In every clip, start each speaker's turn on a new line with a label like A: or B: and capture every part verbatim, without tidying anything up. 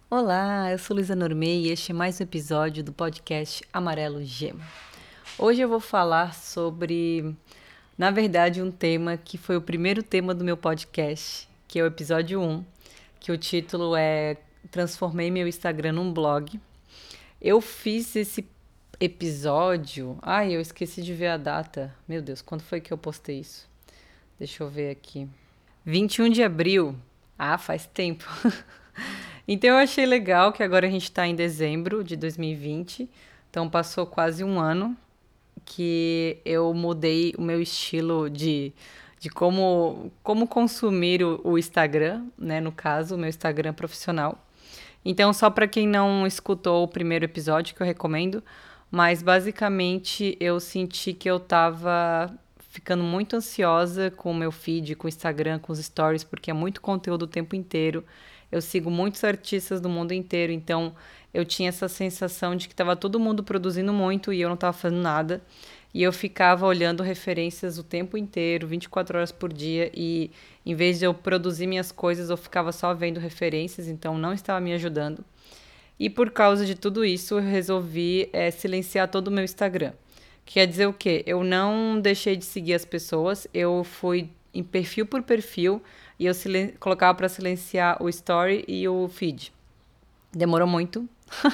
A: Olá, eu sou Luísa Normei e este é mais um episódio do podcast Amarelo Gema. Hoje eu vou falar sobre, na verdade, um tema que foi o primeiro tema do meu podcast, que é o episódio um, que o título é Transformei meu Instagram num blog. Eu fiz esse episódio... Ai, eu esqueci de ver a data. Meu Deus, quando foi que eu postei isso? Deixa eu ver aqui. vinte e um de abril. Ah, faz tempo. Então eu achei legal que agora a gente está em dezembro de dois mil e vinte, então passou quase um ano que eu mudei o meu estilo de, de como, como consumir o, o Instagram, né? No caso, o meu Instagram profissional. Então, só para quem não escutou o primeiro episódio, que eu recomendo, mas basicamente eu senti que eu tava ficando muito ansiosa com o meu feed, com o Instagram, com os stories, porque é muito conteúdo o tempo inteiro. Eu sigo muitos artistas do mundo inteiro, então eu tinha essa sensação de que estava todo mundo produzindo muito e eu não estava fazendo nada. E eu ficava olhando referências o tempo inteiro, vinte e quatro horas por dia, e em vez de eu produzir minhas coisas, eu ficava só vendo referências, então não estava me ajudando. E por causa de tudo isso, eu resolvi é, silenciar todo o meu Instagram. Quer dizer o quê? Eu não deixei de seguir as pessoas, eu fui em perfil por perfil e eu silen- colocava para silenciar o story e o feed. Demorou muito.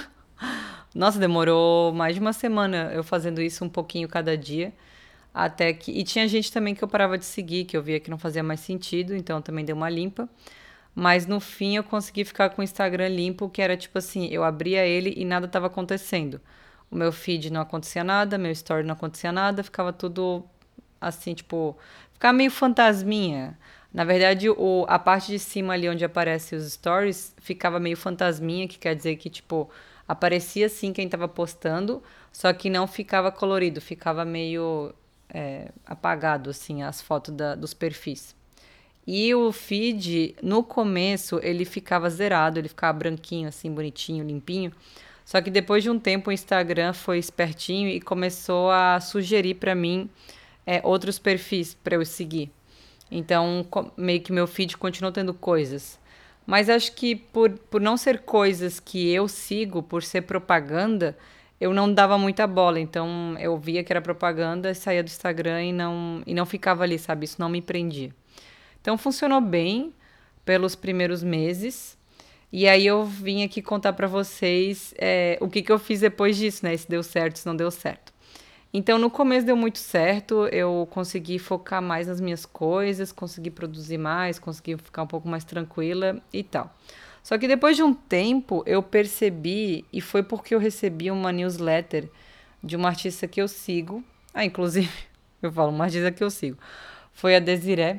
A: Nossa, demorou mais de uma semana eu fazendo isso um pouquinho cada dia. Até que. E tinha gente também que eu parava de seguir, que eu via que não fazia mais sentido, então eu também dei uma limpa. Mas no fim eu consegui ficar com o Instagram limpo, que era tipo assim, eu abria ele e nada estava acontecendo. O meu feed não acontecia nada, meu story não acontecia nada, ficava tudo assim, tipo, ficava meio fantasminha. Na verdade, o, a parte de cima ali onde aparece os stories ficava meio fantasminha, que quer dizer que, tipo, aparecia sim quem tava postando, só que não ficava colorido, ficava meio é, apagado, assim, as fotos da, dos perfis. E o feed, no começo, ele ficava zerado, ele ficava branquinho, assim, bonitinho, limpinho. Só que depois de um tempo o Instagram foi espertinho e começou a sugerir para mim é, outros perfis para eu seguir. Então, meio que meu feed continuou tendo coisas. Mas acho que por, por não ser coisas que eu sigo, por ser propaganda, eu não dava muita bola. Então, eu via que era propaganda, saía do Instagram e não, e não ficava ali, sabe? Isso não me prendia. Então funcionou bem pelos primeiros meses. E aí eu vim aqui contar para vocês é, o que, que eu fiz depois disso, né? Se deu certo, se não deu certo. Então no começo deu muito certo, eu consegui focar mais nas minhas coisas, consegui produzir mais, consegui ficar um pouco mais tranquila e tal. Só que depois de um tempo eu percebi, e foi porque eu recebi uma newsletter de uma artista que eu sigo. Ah, inclusive, eu falo, uma artista que eu sigo. Foi a Desiree,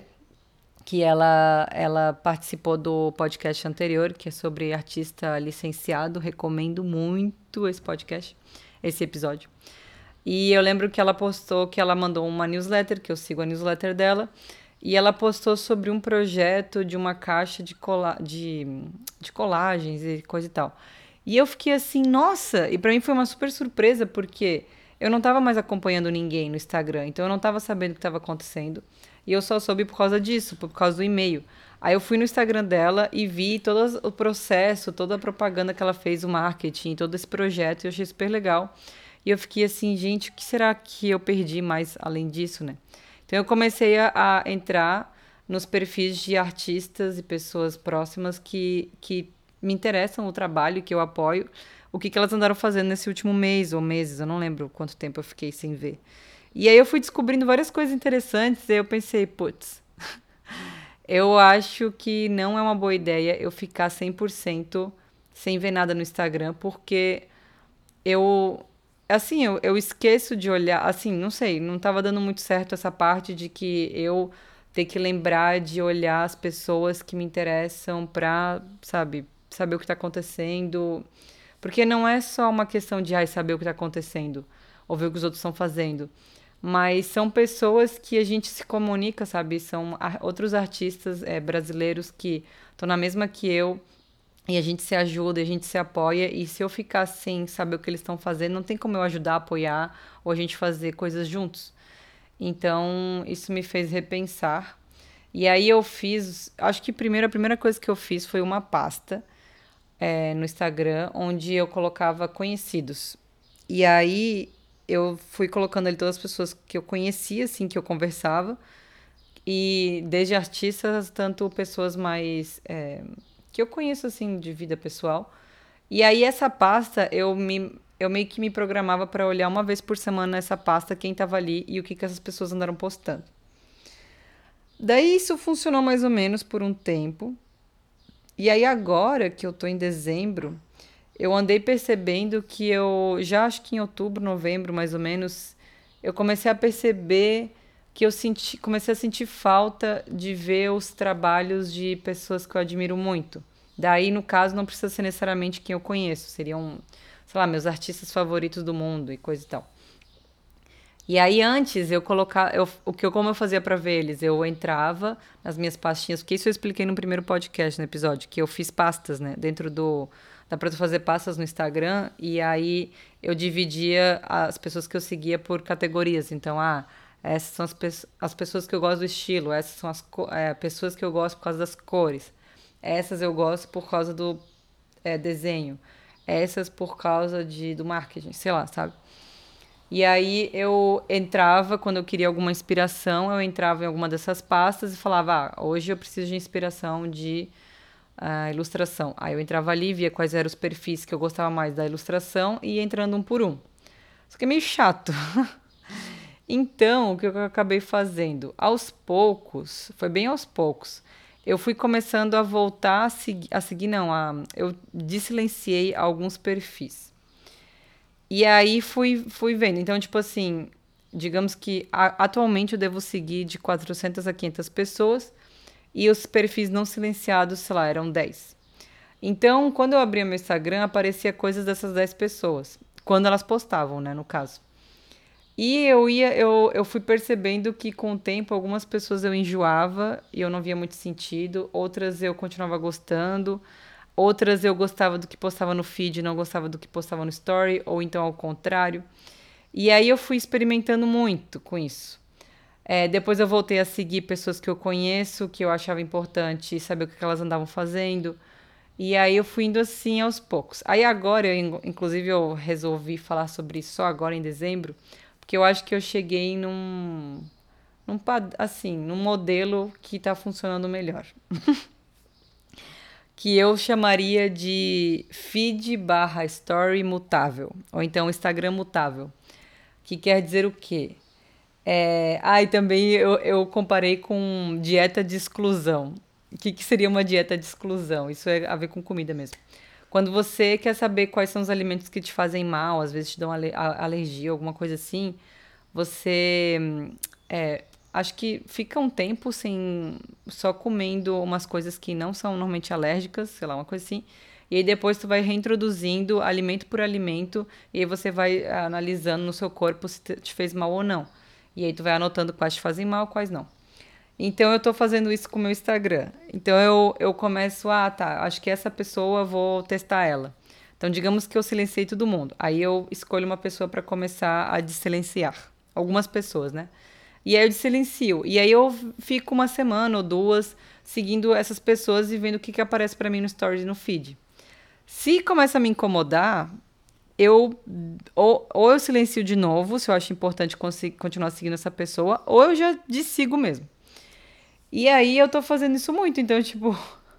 A: que ela, ela participou do podcast anterior, que é sobre artista licenciado. Recomendo muito esse podcast, esse episódio. E eu lembro que ela postou que ela mandou uma newsletter, que eu sigo a newsletter dela, e ela postou sobre um projeto de uma caixa de, cola de, de colagens e coisa e tal. E eu fiquei assim, nossa! E pra mim foi uma super surpresa, porque eu não tava mais acompanhando ninguém no Instagram, então eu não tava sabendo o que tava acontecendo. E eu só soube por causa disso, por causa do e-mail. Aí eu fui no Instagram dela e vi todo o processo, toda a propaganda que ela fez, o marketing, todo esse projeto, e eu achei super legal. E eu fiquei assim, gente, o que será que eu perdi mais além disso, né? Então eu comecei a, a entrar nos perfis de artistas e pessoas próximas que, que me interessam o trabalho, que eu apoio, o que, que elas andaram fazendo nesse último mês ou meses, eu não lembro quanto tempo eu fiquei sem ver. E aí eu fui descobrindo várias coisas interessantes, e aí eu pensei, putz, eu acho que não é uma boa ideia eu ficar cem por cento sem ver nada no Instagram, porque eu assim, eu, eu esqueço de olhar, assim, não sei, não estava dando muito certo essa parte de que eu ter que lembrar de olhar as pessoas que me interessam pra, sabe, saber o que tá acontecendo. Porque não é só uma questão de ai, saber o que tá acontecendo, ou ver o que os outros estão fazendo. Mas são pessoas que a gente se comunica, sabe? São ar- outros artistas é, brasileiros que estão na mesma que eu, e a gente se ajuda, a gente se apoia. E se eu ficar sem saber o que eles estão fazendo, não tem como eu ajudar, apoiar ou a gente fazer coisas juntos. Então, isso me fez repensar. E aí eu fiz, acho que primeiro a primeira coisa que eu fiz foi uma pasta é, no Instagram, onde eu colocava conhecidos. E aí eu fui colocando ali todas as pessoas que eu conhecia, assim, que eu conversava. E desde artistas, tanto pessoas mais é, que eu conheço assim de vida pessoal. E aí essa pasta eu me eu meio que me programava para olhar uma vez por semana essa pasta, quem tava ali e o que que essas pessoas andaram postando. Daí isso funcionou mais ou menos por um tempo. E aí agora que eu tô em dezembro, eu andei percebendo que eu já acho que em outubro, novembro, mais ou menos, eu comecei a perceber que eu senti, comecei a sentir falta de ver os trabalhos de pessoas que eu admiro muito. Daí, no caso, não precisa ser necessariamente quem eu conheço, seriam, sei lá, meus artistas favoritos do mundo e coisa e tal. E aí antes eu colocava, eu, o que eu como eu fazia pra ver eles, eu entrava nas minhas pastinhas, porque isso eu expliquei no primeiro podcast, no episódio, que eu fiz pastas, né, dentro do dá pra tu fazer pastas no Instagram e aí eu dividia as pessoas que eu seguia por categorias. Então, ah, essas são as, pe- as pessoas que eu gosto do estilo, essas são as co- é, pessoas que eu gosto por causa das cores. Essas eu gosto por causa do é, desenho. Essas por causa de, do marketing, sei lá, sabe? E aí eu entrava, quando eu queria alguma inspiração, eu entrava em alguma dessas pastas e falava, ah, hoje eu preciso de inspiração de ah, ilustração. Aí eu entrava ali, via quais eram os perfis que eu gostava mais da ilustração e ia entrando um por um. Só que é meio chato. Então, o que eu acabei fazendo? Aos poucos, foi bem aos poucos, eu fui começando a voltar a seguir, a seguir não, a, eu desilenciei alguns perfis. E aí fui, fui vendo. Então, tipo assim, digamos que a- atualmente eu devo seguir de quatrocentas a quinhentas pessoas e os perfis não silenciados, sei lá, eram dez. Então, quando eu abria meu Instagram, aparecia coisas dessas dez pessoas. Quando elas postavam, né, no caso. E eu ia, eu, eu fui percebendo que com o tempo algumas pessoas eu enjoava e eu não via muito sentido, outras eu continuava gostando, outras eu gostava do que postava no feed e não gostava do que postava no story, ou então ao contrário. E aí eu fui experimentando muito com isso. É, depois eu voltei a seguir pessoas que eu conheço, que eu achava importante saber o que elas andavam fazendo. E aí eu fui indo assim aos poucos. Aí agora, eu, inclusive, eu resolvi falar sobre isso só agora em dezembro, porque eu acho que eu cheguei num, num assim, num modelo que está funcionando melhor. Que eu chamaria de feed barra story mutável, ou então Instagram mutável. Que quer dizer o quê? É... Ah, e também eu, eu comparei com dieta de exclusão. O que, que seria uma dieta de exclusão? Isso é a ver com comida mesmo. Quando você quer saber quais são os alimentos que te fazem mal, às vezes te dão ale- a- alergia, alguma coisa assim, você hum, é, acho que fica um tempo sem só comendo umas coisas que não são normalmente alérgicas, sei lá, uma coisa assim. E aí depois tu vai reintroduzindo alimento por alimento e aí você vai ah, analisando no seu corpo se te te fez mal ou não. E aí tu vai anotando quais te fazem mal, quais não. Então eu tô fazendo isso com o meu Instagram. Então eu, eu começo, ah, tá, acho que essa pessoa vou testar ela. Então digamos que eu silenciei todo mundo. Aí eu escolho uma pessoa para começar a desilenciar. Algumas pessoas, né? E aí eu desilencio. E aí eu fico uma semana ou duas seguindo essas pessoas e vendo o que, que aparece para mim no story e no feed. Se começa a me incomodar, eu ou, ou eu silencio de novo, se eu acho importante continuar seguindo essa pessoa, ou eu já desigo mesmo. E aí eu tô fazendo isso muito, então, tipo,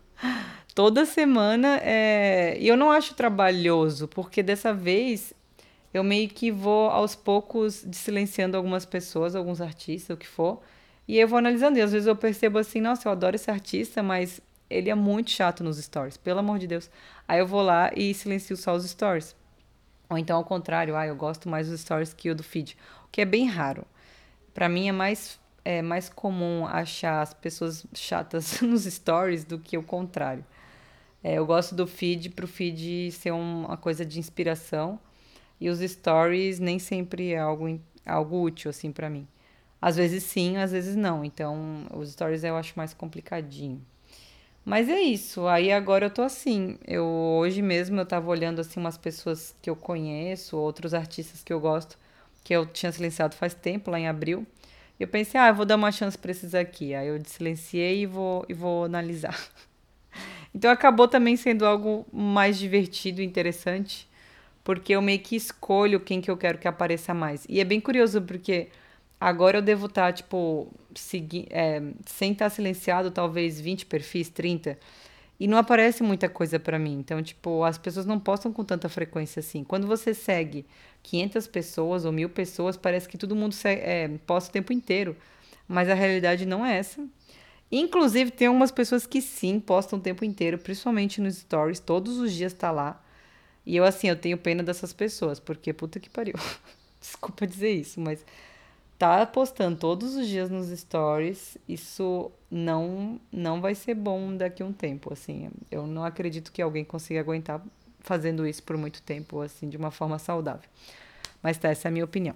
A: toda semana é... E eu não acho trabalhoso, porque dessa vez eu meio que vou aos poucos silenciando algumas pessoas, alguns artistas, o que for, e eu vou analisando. E às vezes eu percebo assim, nossa, eu adoro esse artista, mas ele é muito chato nos stories, pelo amor de Deus. Aí eu vou lá e silencio só os stories. Ou então ao contrário, ah, eu gosto mais dos stories que o do feed, o que é bem raro. Pra mim é mais, é mais comum achar as pessoas chatas nos stories do que o contrário. É, eu gosto do feed pro feed ser um- uma coisa de inspiração e os stories nem sempre é algo, in- algo útil assim pra mim. Às vezes sim, às vezes não. Então, os stories eu acho mais complicadinho. Mas é isso. Aí agora eu tô assim. Eu hoje mesmo eu tava olhando assim umas pessoas que eu conheço, outros artistas que eu gosto, que eu tinha silenciado faz tempo, lá em abril. E eu pensei, ah, eu vou dar uma chance pra esses aqui. Aí eu silenciei e vou, e vou analisar. Então acabou também sendo algo mais divertido e interessante, porque eu meio que escolho quem que eu quero que apareça mais. E é bem curioso, porque agora eu devo estar, tipo, segui é, sem estar silenciado, talvez vinte perfis, trinta. E não aparece muita coisa pra mim. Então, tipo, as pessoas não postam com tanta frequência assim. Quando você segue quinhentas pessoas ou mil pessoas, parece que todo mundo segue, é, posta o tempo inteiro. Mas a realidade não é essa. Inclusive, tem algumas pessoas que sim postam o tempo inteiro, principalmente nos stories, todos os dias tá lá. E eu, assim, eu tenho pena dessas pessoas, porque puta que pariu. Desculpa dizer isso, mas tá postando todos os dias nos stories, isso não não vai ser bom daqui a um tempo, assim. Eu não acredito que alguém consiga aguentar fazendo isso por muito tempo, assim, de uma forma saudável. Mas tá, essa é a minha opinião.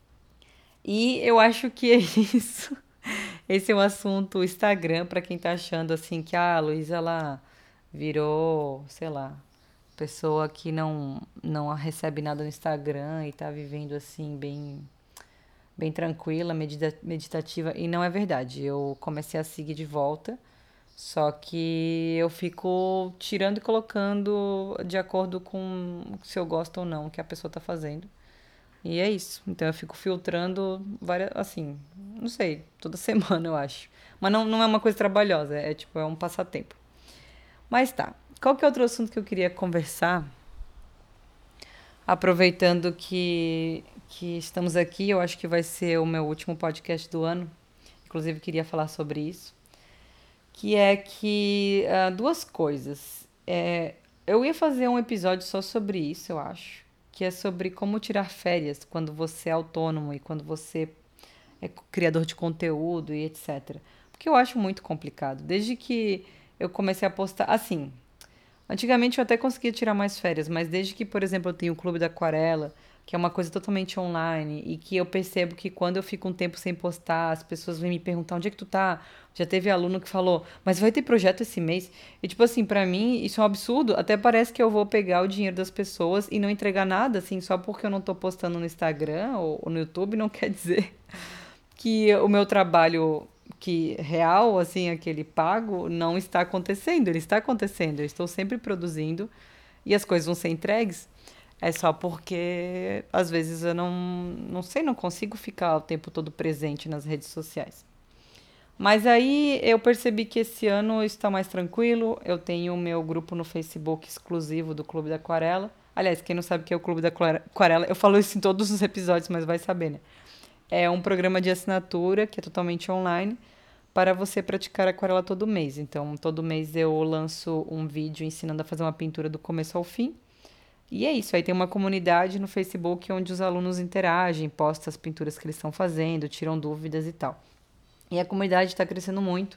A: E eu acho que é isso. Esse é o assunto Instagram, pra quem tá achando assim que ah, a Luísa ela virou, sei lá, pessoa que não não recebe nada no Instagram e tá vivendo assim bem bem tranquila, medita meditativa, e não é verdade. Eu comecei a seguir de volta, só que eu fico tirando e colocando de acordo com se eu gosto ou não o que a pessoa tá fazendo. E é isso. Então eu fico filtrando várias, assim, não sei, toda semana eu acho. Mas não, não é uma coisa trabalhosa, é tipo, é um passatempo. Mas tá. Qual que é outro assunto que eu queria conversar? Aproveitando que, que estamos aqui, eu acho que vai ser o meu último podcast do ano. Inclusive, queria falar sobre isso. Que é que ah, duas coisas. É, eu ia fazer um episódio só sobre isso, eu acho. Que é sobre como tirar férias quando você é autônomo e quando você é criador de conteúdo e etcétera. Porque eu acho muito complicado. Desde que eu comecei a postar. Assim, antigamente eu até conseguia tirar mais férias, mas desde que, por exemplo, eu tenho o Clube da Aquarela, que é uma coisa totalmente online, e que eu percebo que quando eu fico um tempo sem postar, as pessoas vêm me perguntar onde é que tu tá? Já teve aluno que falou, mas vai ter projeto esse mês? E tipo assim, pra mim isso é um absurdo. Até parece que eu vou pegar o dinheiro das pessoas e não entregar nada, assim, só porque eu não tô postando no Instagram ou, ou no YouTube, não quer dizer que o meu trabalho que real, assim, aquele pago, não está acontecendo. Ele está acontecendo. Eu estou sempre produzindo e as coisas vão ser entregues. É só porque às vezes eu não, não sei, não consigo ficar o tempo todo presente nas redes sociais. Mas aí eu percebi que esse ano está mais tranquilo. Eu tenho o meu grupo no Facebook exclusivo do Clube da Aquarela. Aliás, quem não sabe o que é o Clube da Aquarela, eu falo isso em todos os episódios, mas vai saber, né? É um programa de assinatura que é totalmente online para você praticar aquarela todo mês. Então, todo mês eu lanço um vídeo ensinando a fazer uma pintura do começo ao fim. E é isso. Aí tem uma comunidade no Facebook onde os alunos interagem, postam as pinturas que eles estão fazendo, tiram dúvidas e tal. E a comunidade está crescendo muito.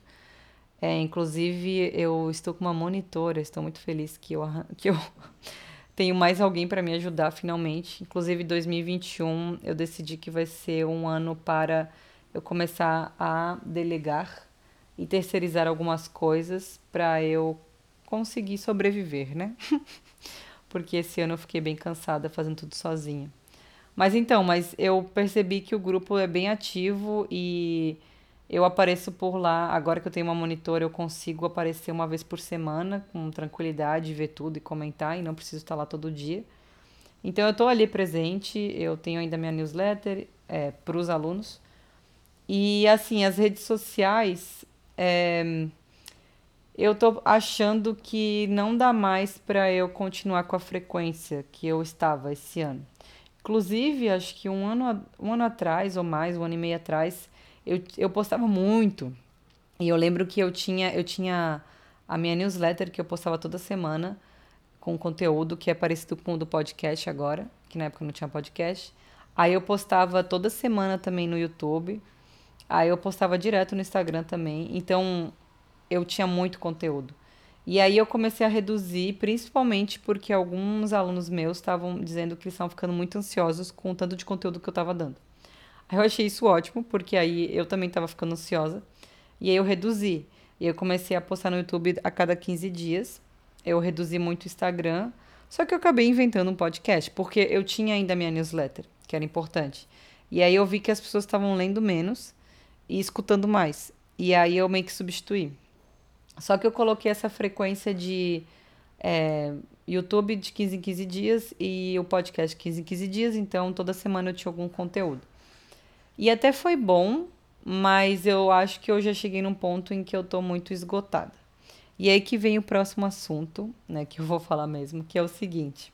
A: É, inclusive, eu estou com uma monitora, estou muito feliz que eu, que eu tenho mais alguém para me ajudar finalmente. Inclusive, dois mil e vinte e um eu decidi que vai ser um ano para eu começar a delegar e terceirizar algumas coisas para eu conseguir sobreviver, né? Porque esse ano eu fiquei bem cansada fazendo tudo sozinha. Mas então, mas eu percebi que o grupo é bem ativo e eu apareço por lá. Agora que eu tenho uma monitora, eu consigo aparecer uma vez por semana com tranquilidade, ver tudo e comentar, e não preciso estar lá todo dia. Então eu estou ali presente, eu tenho ainda minha newsletter é, para os alunos. E assim, as redes sociais, é, eu tô achando que não dá mais para eu continuar com a frequência que eu estava esse ano. Inclusive, acho que um ano, a- um ano atrás ou mais, um ano e meio atrás, eu, eu postava muito. E eu lembro que eu tinha, eu tinha a minha newsletter que eu postava toda semana com conteúdo que é parecido com o do podcast agora, que na época não tinha podcast. Aí eu postava toda semana também no YouTube. Aí eu postava direto no Instagram também. Então eu tinha muito conteúdo. E aí eu comecei a reduzir, principalmente porque alguns alunos meus estavam dizendo que eles estavam ficando muito ansiosos com o tanto de conteúdo que eu estava dando. Aí eu achei isso ótimo, porque aí eu também estava ficando ansiosa. E aí eu reduzi. E eu comecei a postar no YouTube a cada quinze dias. Eu reduzi muito o Instagram. Só que eu acabei inventando um podcast, porque eu tinha ainda a minha newsletter, que era importante. E aí eu vi que as pessoas estavam lendo menos e escutando mais. E aí eu meio que substituí. Só que eu coloquei essa frequência de é, YouTube de quinze em quinze dias e o podcast quinze em quinze dias, então toda semana eu tinha algum conteúdo. E até foi bom, mas eu acho que eu já cheguei num ponto em que eu tô muito esgotada. E aí que vem o próximo assunto, né, que eu vou falar mesmo, que é o seguinte.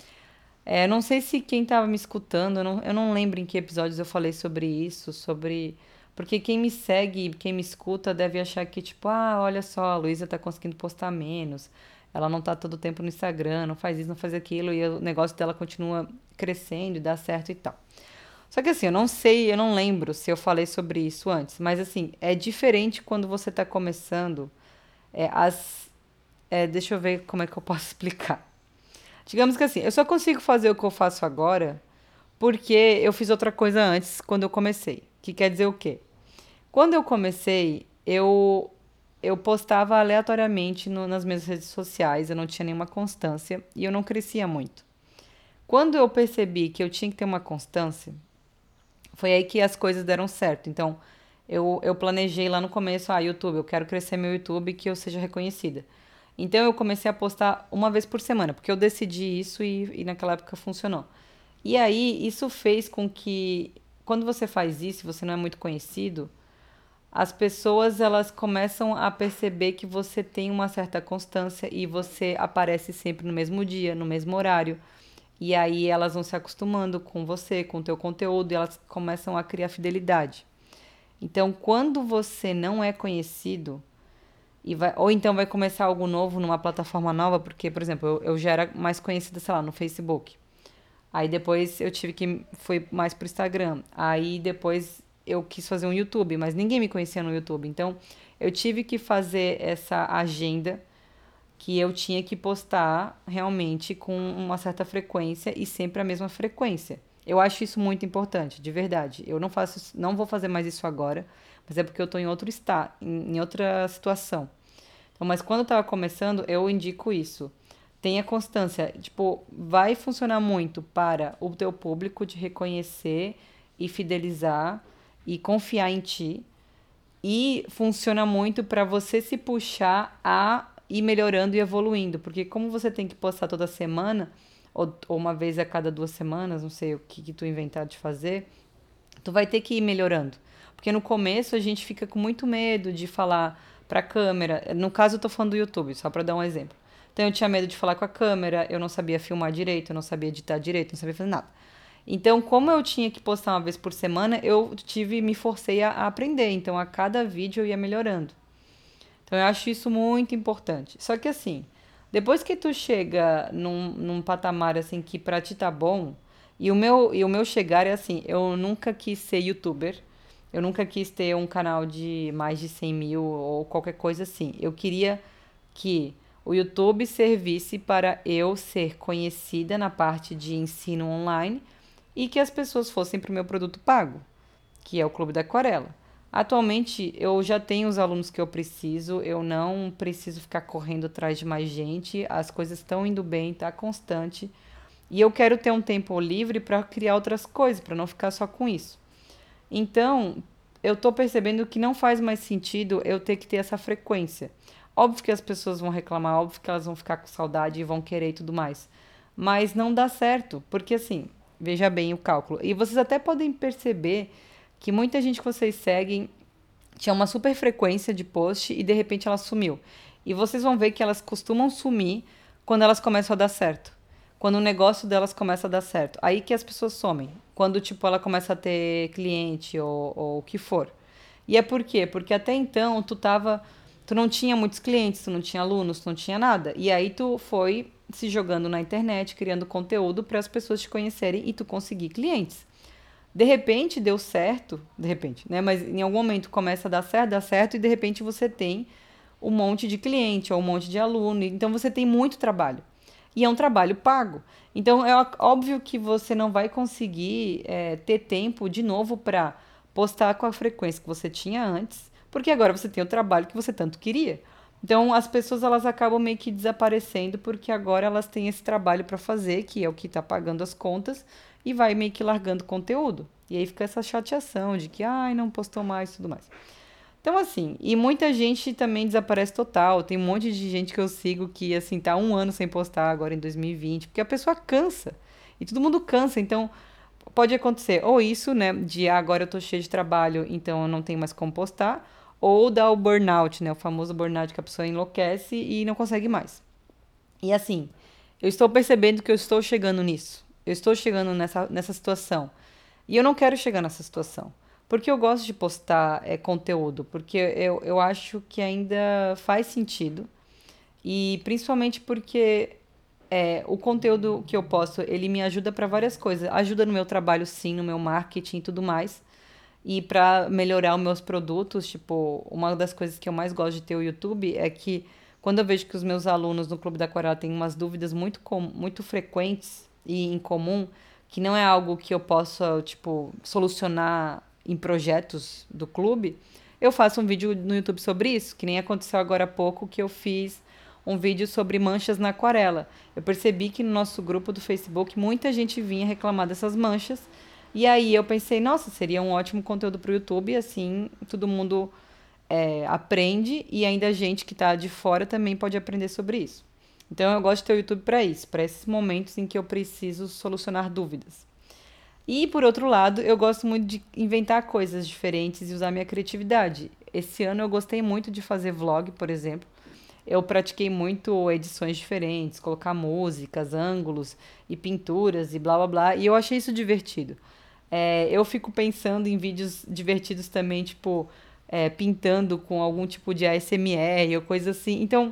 A: É, não sei se quem estava me escutando, eu não, eu não lembro em que episódios eu falei sobre isso, sobre. Porque quem me segue, quem me escuta, deve achar que, tipo, ah, olha só, a Luísa tá conseguindo postar menos, ela não tá todo o tempo no Instagram, não faz isso, não faz aquilo, e o negócio dela continua crescendo e dá certo e tal. Só que assim, eu não sei, eu não lembro se eu falei sobre isso antes, mas assim, é diferente quando você tá começando. É, as, é, deixa eu ver como é que eu posso explicar. Digamos que assim, eu só consigo fazer o que eu faço agora porque eu fiz outra coisa antes quando eu comecei. Que quer dizer o quê? Quando eu comecei, eu eu postava aleatoriamente no- nas minhas redes sociais, eu não tinha nenhuma constância e eu não crescia muito. Quando eu percebi que eu tinha que ter uma constância, foi aí que as coisas deram certo. Então, eu, eu planejei lá no começo, ah, YouTube, eu quero crescer meu YouTube que eu seja reconhecida. Então, eu comecei a postar uma vez por semana, porque eu decidi isso e, e naquela época funcionou. E aí, isso fez com que, quando você faz isso, você não é muito conhecido, as pessoas elas começam a perceber que você tem uma certa constância e você aparece sempre no mesmo dia, no mesmo horário. E aí elas vão se acostumando com você, com o teu conteúdo, e elas começam a criar fidelidade. Então, quando você não é conhecido, e vai, ou então vai começar algo novo numa plataforma nova, porque, por exemplo, eu, eu já era mais conhecida, sei lá, no Facebook. Aí depois eu tive que fui mais pro Instagram. Aí depois eu quis fazer um YouTube, mas ninguém me conhecia no YouTube. Então, eu tive que fazer essa agenda que eu tinha que postar realmente com uma certa frequência e sempre a mesma frequência. Eu acho isso muito importante, de verdade. Eu não faço, isso- não vou fazer mais isso agora, mas é porque eu tô em outro estado, em, em outra situação. Então, mas quando eu tava começando, eu indico isso. Tenha constância, tipo, vai funcionar muito para o teu público de reconhecer e fidelizar e confiar em ti, e funciona muito para você se puxar a ir melhorando e evoluindo. Porque como você tem que postar toda semana, ou, ou uma vez a cada duas semanas, não sei o que, que tu inventar de fazer, tu vai ter que ir melhorando. Porque no começo a gente fica com muito medo de falar pra câmera. No caso, eu tô falando do YouTube, só pra dar um exemplo. Então eu tinha medo de falar com a câmera, eu não sabia filmar direito, eu não sabia editar direito, não sabia fazer nada. Então, como eu tinha que postar uma vez por semana, eu tive, me forcei a, a aprender. Então, a cada vídeo eu ia melhorando. Então, eu acho isso muito importante. Só que assim, depois que tu chega num, num patamar assim que pra ti tá bom, e o meu, e o meu chegar é assim, eu nunca quis ser youtuber, eu nunca quis ter um canal de mais de cem mil ou qualquer coisa assim. Eu queria que o YouTube servisse para eu ser conhecida na parte de ensino online e que as pessoas fossem para o meu produto pago, que é o Clube da Aquarela. Atualmente eu já tenho os alunos que eu preciso, eu não preciso ficar correndo atrás de mais gente, as coisas estão indo bem, tá constante. E eu quero ter um tempo livre para criar outras coisas, para não ficar só com isso. Então, eu tô percebendo que não faz mais sentido eu ter que ter essa frequência. Óbvio que as pessoas vão reclamar, óbvio que elas vão ficar com saudade e vão querer e tudo mais. Mas não dá certo, porque assim, veja bem o cálculo. E vocês até podem perceber que muita gente que vocês seguem tinha uma super frequência de post e de repente ela sumiu. E vocês vão ver que elas costumam sumir quando elas começam a dar certo. Quando o negócio delas começa a dar certo. Aí que as pessoas somem. Quando, tipo, ela começa a ter cliente ou, ou o que for. E é por quê? Porque até então tu tava. Tu não tinha muitos clientes, tu não tinha alunos, tu não tinha nada. E aí tu foi se jogando na internet, criando conteúdo para as pessoas te conhecerem e tu conseguir clientes. De repente deu certo, de repente, né? Mas em algum momento começa a dar certo, dá certo, e de repente você tem um monte de cliente ou um monte de aluno. Então você tem muito trabalho. E é um trabalho pago. Então é óbvio que você não vai conseguir é, ter tempo de novo para postar com a frequência que você tinha antes, porque agora você tem o trabalho que você tanto queria. Então as pessoas elas acabam meio que desaparecendo porque agora elas têm esse trabalho para fazer, que é o que está pagando as contas, e vai meio que largando conteúdo. E aí fica essa chateação de que, ai, não postou mais e tudo mais. Então, assim, e muita gente também desaparece total. Tem um monte de gente que eu sigo que, assim, tá um ano sem postar agora em dois mil e vinte, porque a pessoa cansa. E todo mundo cansa. Então, pode acontecer ou isso, né, de ah, agora eu tô cheio de trabalho, então eu não tenho mais como postar, ou dá o burnout, né, o famoso burnout que a pessoa enlouquece e não consegue mais. E assim, eu estou percebendo que eu estou chegando nisso. Eu estou chegando nessa, nessa situação. E eu não quero chegar nessa situação. Porque eu gosto de postar é, conteúdo, porque eu, eu acho que ainda faz sentido. E principalmente porque é, o conteúdo que eu posto, ele me ajuda para várias coisas. Ajuda no meu trabalho, sim, no meu marketing e tudo mais. E para melhorar os meus produtos, tipo, uma das coisas que eu mais gosto de ter o YouTube é que quando eu vejo que os meus alunos no Clube da Aquarela têm umas dúvidas muito, com, muito frequentes e em comum, que não é algo que eu possa, tipo, solucionar em projetos do clube, eu faço um vídeo no YouTube sobre isso, que nem aconteceu agora há pouco que eu fiz um vídeo sobre manchas na aquarela. Eu percebi que no nosso grupo do Facebook muita gente vinha reclamar dessas manchas. E aí eu pensei, nossa, seria um ótimo conteúdo para o YouTube, assim todo mundo é, aprende e ainda a gente que está de fora também pode aprender sobre isso. Então eu gosto de ter o YouTube para isso, para esses momentos em que eu preciso solucionar dúvidas. E por outro lado, eu gosto muito de inventar coisas diferentes e usar minha criatividade. Esse ano eu gostei muito de fazer vlog, por exemplo. Eu pratiquei muito edições diferentes, colocar músicas, ângulos e pinturas e blá blá blá. E eu achei isso divertido. É, eu fico pensando em vídeos divertidos também, tipo, é, pintando com algum tipo de A S M R ou coisa assim. Então,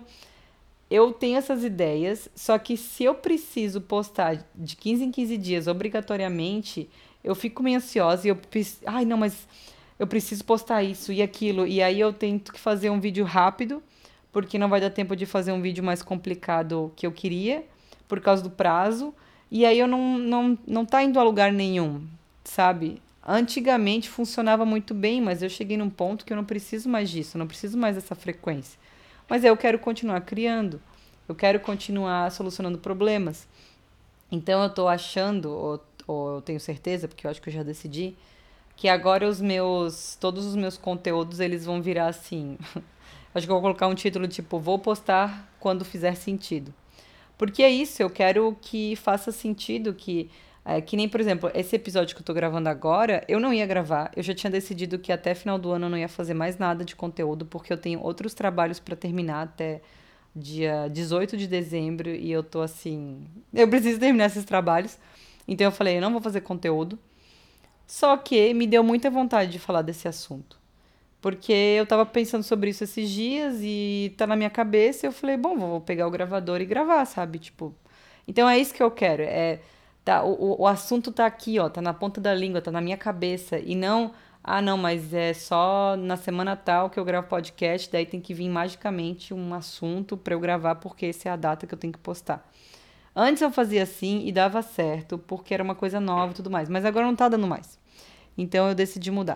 A: eu tenho essas ideias, só que se eu preciso postar de quinze em quinze dias obrigatoriamente, eu fico meio ansiosa e eu penso, ai, não, mas eu preciso postar isso e aquilo. E aí eu tento que fazer um vídeo rápido, porque não vai dar tempo de fazer um vídeo mais complicado que eu queria, por causa do prazo. E aí eu não, não, não tá indo a lugar nenhum, sabe? Antigamente funcionava muito bem, mas eu cheguei num ponto que eu não preciso mais disso, eu não preciso mais dessa frequência. Mas eu quero continuar criando, eu quero continuar solucionando problemas. Então eu tô achando, ou, ou eu tenho certeza, porque eu acho que eu já decidi, que agora os meus, todos os meus conteúdos, eles vão virar assim. Acho que eu vou colocar um título tipo, vou postar quando fizer sentido. Porque é isso, eu quero que faça sentido, que, é, que nem, por exemplo, esse episódio que eu tô gravando agora, eu não ia gravar, eu já tinha decidido que até final do ano eu não ia fazer mais nada de conteúdo, porque eu tenho outros trabalhos para terminar até dia dezoito de dezembro, e eu tô assim, eu preciso terminar esses trabalhos, então eu falei, eu não vou fazer conteúdo, só que me deu muita vontade de falar desse assunto. Porque eu tava pensando sobre isso esses dias e tá na minha cabeça e eu falei, bom, vou pegar o gravador e gravar, sabe? Tipo, então é isso que eu quero. É, tá, o, o assunto tá aqui, ó, tá na ponta da língua, tá na minha cabeça. E não, ah, não, mas é só na semana tal que eu gravo podcast, daí tem que vir magicamente um assunto pra eu gravar porque essa é a data que eu tenho que postar. Antes eu fazia assim e dava certo, porque era uma coisa nova e tudo mais, mas agora não tá dando mais. Então eu decidi mudar.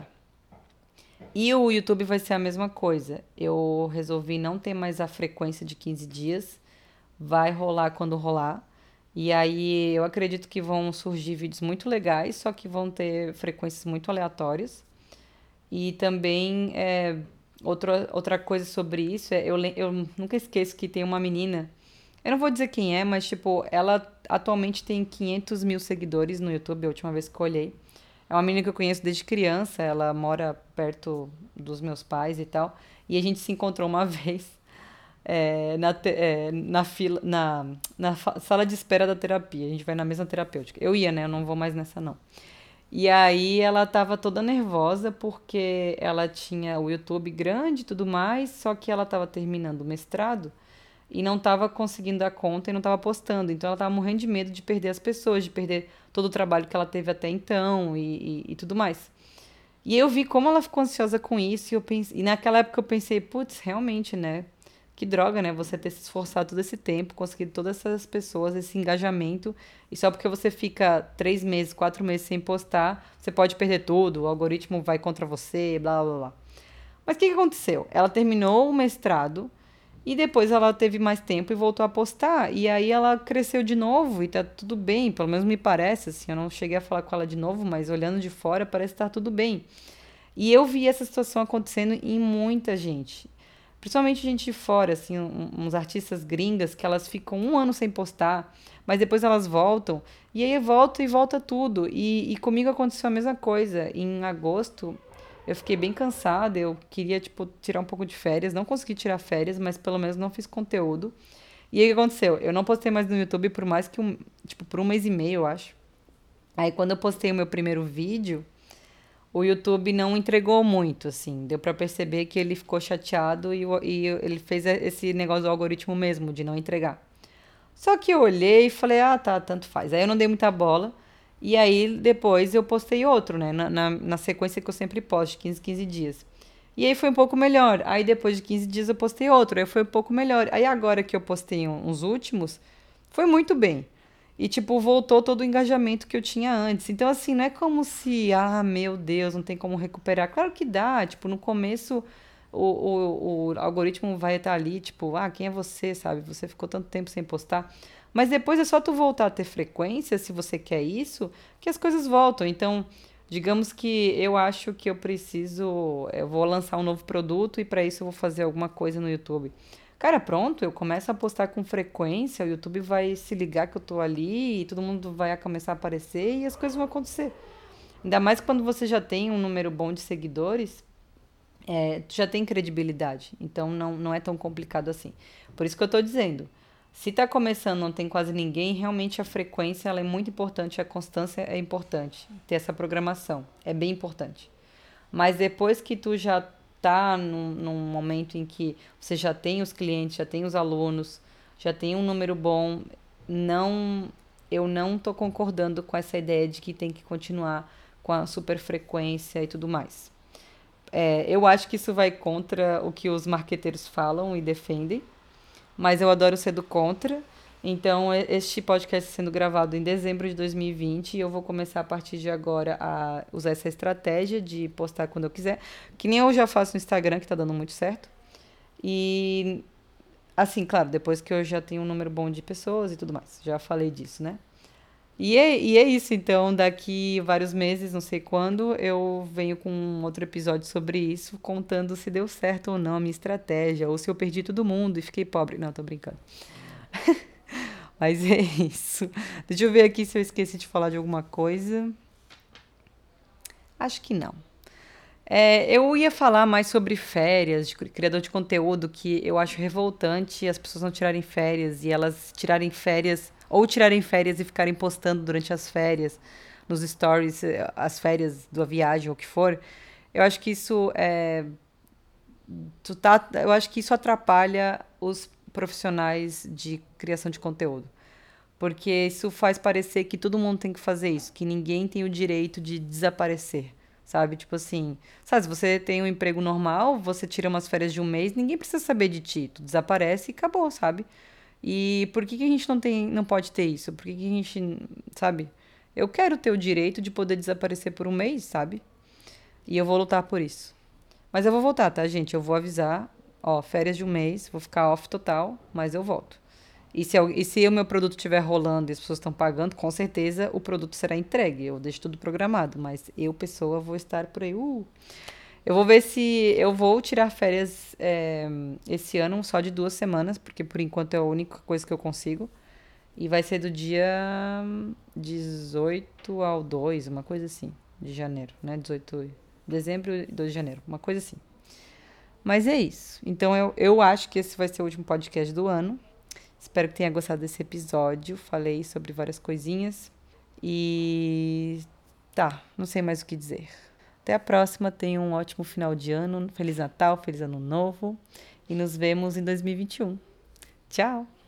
A: E o YouTube vai ser a mesma coisa. Eu resolvi não ter mais a frequência de quinze dias. Vai rolar quando rolar. E aí eu acredito que vão surgir vídeos muito legais, só que vão ter frequências muito aleatórias. E também, é, outra, outra coisa sobre isso, é, eu, le- eu nunca esqueço que tem uma menina, eu não vou dizer quem é, mas tipo, ela atualmente tem quinhentos mil seguidores no YouTube, a última vez que eu olhei. É uma menina que eu conheço desde criança, ela mora perto dos meus pais e tal. E a gente se encontrou uma vez é, na, te- é, na, fila, na, na fa- sala de espera da terapia. A gente vai na mesma terapêutica. Eu ia, né? Eu não vou mais nessa, não. E aí ela tava toda nervosa porque ela tinha o YouTube grande e tudo mais, só que ela tava terminando o mestrado e não tava conseguindo dar conta e não tava postando. Então ela tava morrendo de medo de perder as pessoas, de perder todo o trabalho que ela teve até então e, e, e tudo mais. E eu vi como ela ficou ansiosa com isso e eu pensei, e naquela época eu pensei, putz, realmente, né? Que droga, né? Você ter se esforçado todo esse tempo, conseguido todas essas pessoas, esse engajamento, e só porque você fica três meses, quatro meses sem postar, você pode perder tudo, o algoritmo vai contra você, blá blá blá. Mas o que que aconteceu? Ela terminou o mestrado e depois ela teve mais tempo e voltou a postar. E aí ela cresceu de novo e tá tudo bem, pelo menos me parece, assim, eu não cheguei a falar com ela de novo, mas olhando de fora parece que tá tudo bem. E eu vi essa situação acontecendo em muita gente. Principalmente gente de fora, assim, um- uns artistas gringas que elas ficam um ano sem postar, mas depois elas voltam, e aí volta e volta tudo. E, e comigo aconteceu a mesma coisa. Em agosto, eu fiquei bem cansada, eu queria, tipo, tirar um pouco de férias, não consegui tirar férias, mas pelo menos não fiz conteúdo. E aí o que aconteceu? Eu não postei mais no YouTube por mais que um, tipo, por um mês e meio, eu acho. Aí quando eu postei o meu primeiro vídeo, o YouTube não entregou muito, assim. Deu pra perceber que ele ficou chateado e, o- e ele fez esse negócio do algoritmo mesmo, de não entregar. Só que eu olhei e falei, ah, tá, tanto faz. Aí eu não dei muita bola. E aí depois eu postei outro, né? Na, na, na sequência que eu sempre posto, quinze, quinze dias. E aí foi um pouco melhor. Aí depois de quinze dias eu postei outro, aí foi um pouco melhor. Aí agora que eu postei um- uns últimos, foi muito bem. E, tipo, voltou todo o engajamento que eu tinha antes. Então, assim, não é como se, ah, meu Deus, não tem como recuperar. Claro que dá. Tipo, no começo o, o, o algoritmo vai estar ali, tipo, ah, quem é você, sabe? Você ficou tanto tempo sem postar. Mas depois é só tu voltar a ter frequência, se você quer isso, que as coisas voltam. Então, digamos que eu acho que eu preciso, eu vou lançar um novo produto e para isso eu vou fazer alguma coisa no YouTube. Cara, pronto, eu começo a postar com frequência, o YouTube vai se ligar que eu tô ali e todo mundo vai começar a aparecer e as coisas vão acontecer. Ainda mais quando você já tem um número bom de seguidores, é, tu já tem credibilidade. Então não, não é tão complicado assim. Por isso que eu tô dizendo. Se tá começando, não tem quase ninguém, realmente a frequência ela é muito importante, a constância é importante. Ter essa programação é bem importante. Mas depois que tu já tá num, num momento em que você já tem os clientes, já tem os alunos, já tem um número bom, não, eu não tô concordando com essa ideia de que tem que continuar com a super frequência e tudo mais. É, eu acho que isso vai contra o que os marqueteiros falam e defendem, mas eu adoro ser do contra. Então, e- este podcast sendo gravado em dezembro de dois mil e vinte, e eu vou começar a partir de agora a usar essa estratégia de postar quando eu quiser, que nem eu já faço no Instagram, que tá dando muito certo. E assim, claro, depois que eu já tenho um número bom de pessoas e tudo mais. Já falei disso, né? E é, e é isso, então, daqui vários meses, não sei quando, eu venho com um outro episódio sobre isso, contando se deu certo ou não a minha estratégia, ou se eu perdi todo mundo e fiquei pobre. Não, tô brincando. Mas é isso. Deixa eu ver aqui se eu esqueci de falar de alguma coisa. Acho que não. É, eu ia falar mais sobre férias, de criador de conteúdo, que eu acho revoltante as pessoas não tirarem férias e elas tirarem férias, ou tirarem férias e ficarem postando durante as férias, nos stories, eh, as férias da viagem ou o que for. Eu acho que isso é, tu tá, eu acho que isso atrapalha os profissionais de criação de conteúdo. Porque isso faz parecer que todo mundo tem que fazer isso, que ninguém tem o direito de desaparecer, sabe? Tipo assim, sabe, se você tem um emprego normal, você tira umas férias de um mês, ninguém precisa saber de ti, tu desaparece e acabou, sabe? E por que que a gente não tem, não pode ter isso? Por que que a gente, sabe? Eu quero ter o direito de poder desaparecer por um mês, sabe? E eu vou lutar por isso. Mas eu vou voltar, tá, gente? Eu vou avisar, ó, férias de um mês, vou ficar off total, mas eu volto. E se, al- e se o meu produto estiver rolando e as pessoas estão pagando, com certeza o produto será entregue. Eu deixo tudo programado, mas eu, pessoa, vou estar por aí. Uh! Eu vou ver se eu vou tirar férias é, esse ano só de duas semanas, porque por enquanto é a única coisa que eu consigo. E vai ser do dia dezoito ao dois, uma coisa assim, de janeiro, né? dezoito de dezembro e dois de janeiro, uma coisa assim. Mas é isso. Então eu, eu acho que esse vai ser o último podcast do ano. Espero que tenha gostado desse episódio. Falei sobre várias coisinhas. E tá, não sei mais o que dizer. Até a próxima. Tenha um ótimo final de ano. Feliz Natal, feliz Ano Novo. E nos vemos em dois mil e vinte e um. Tchau!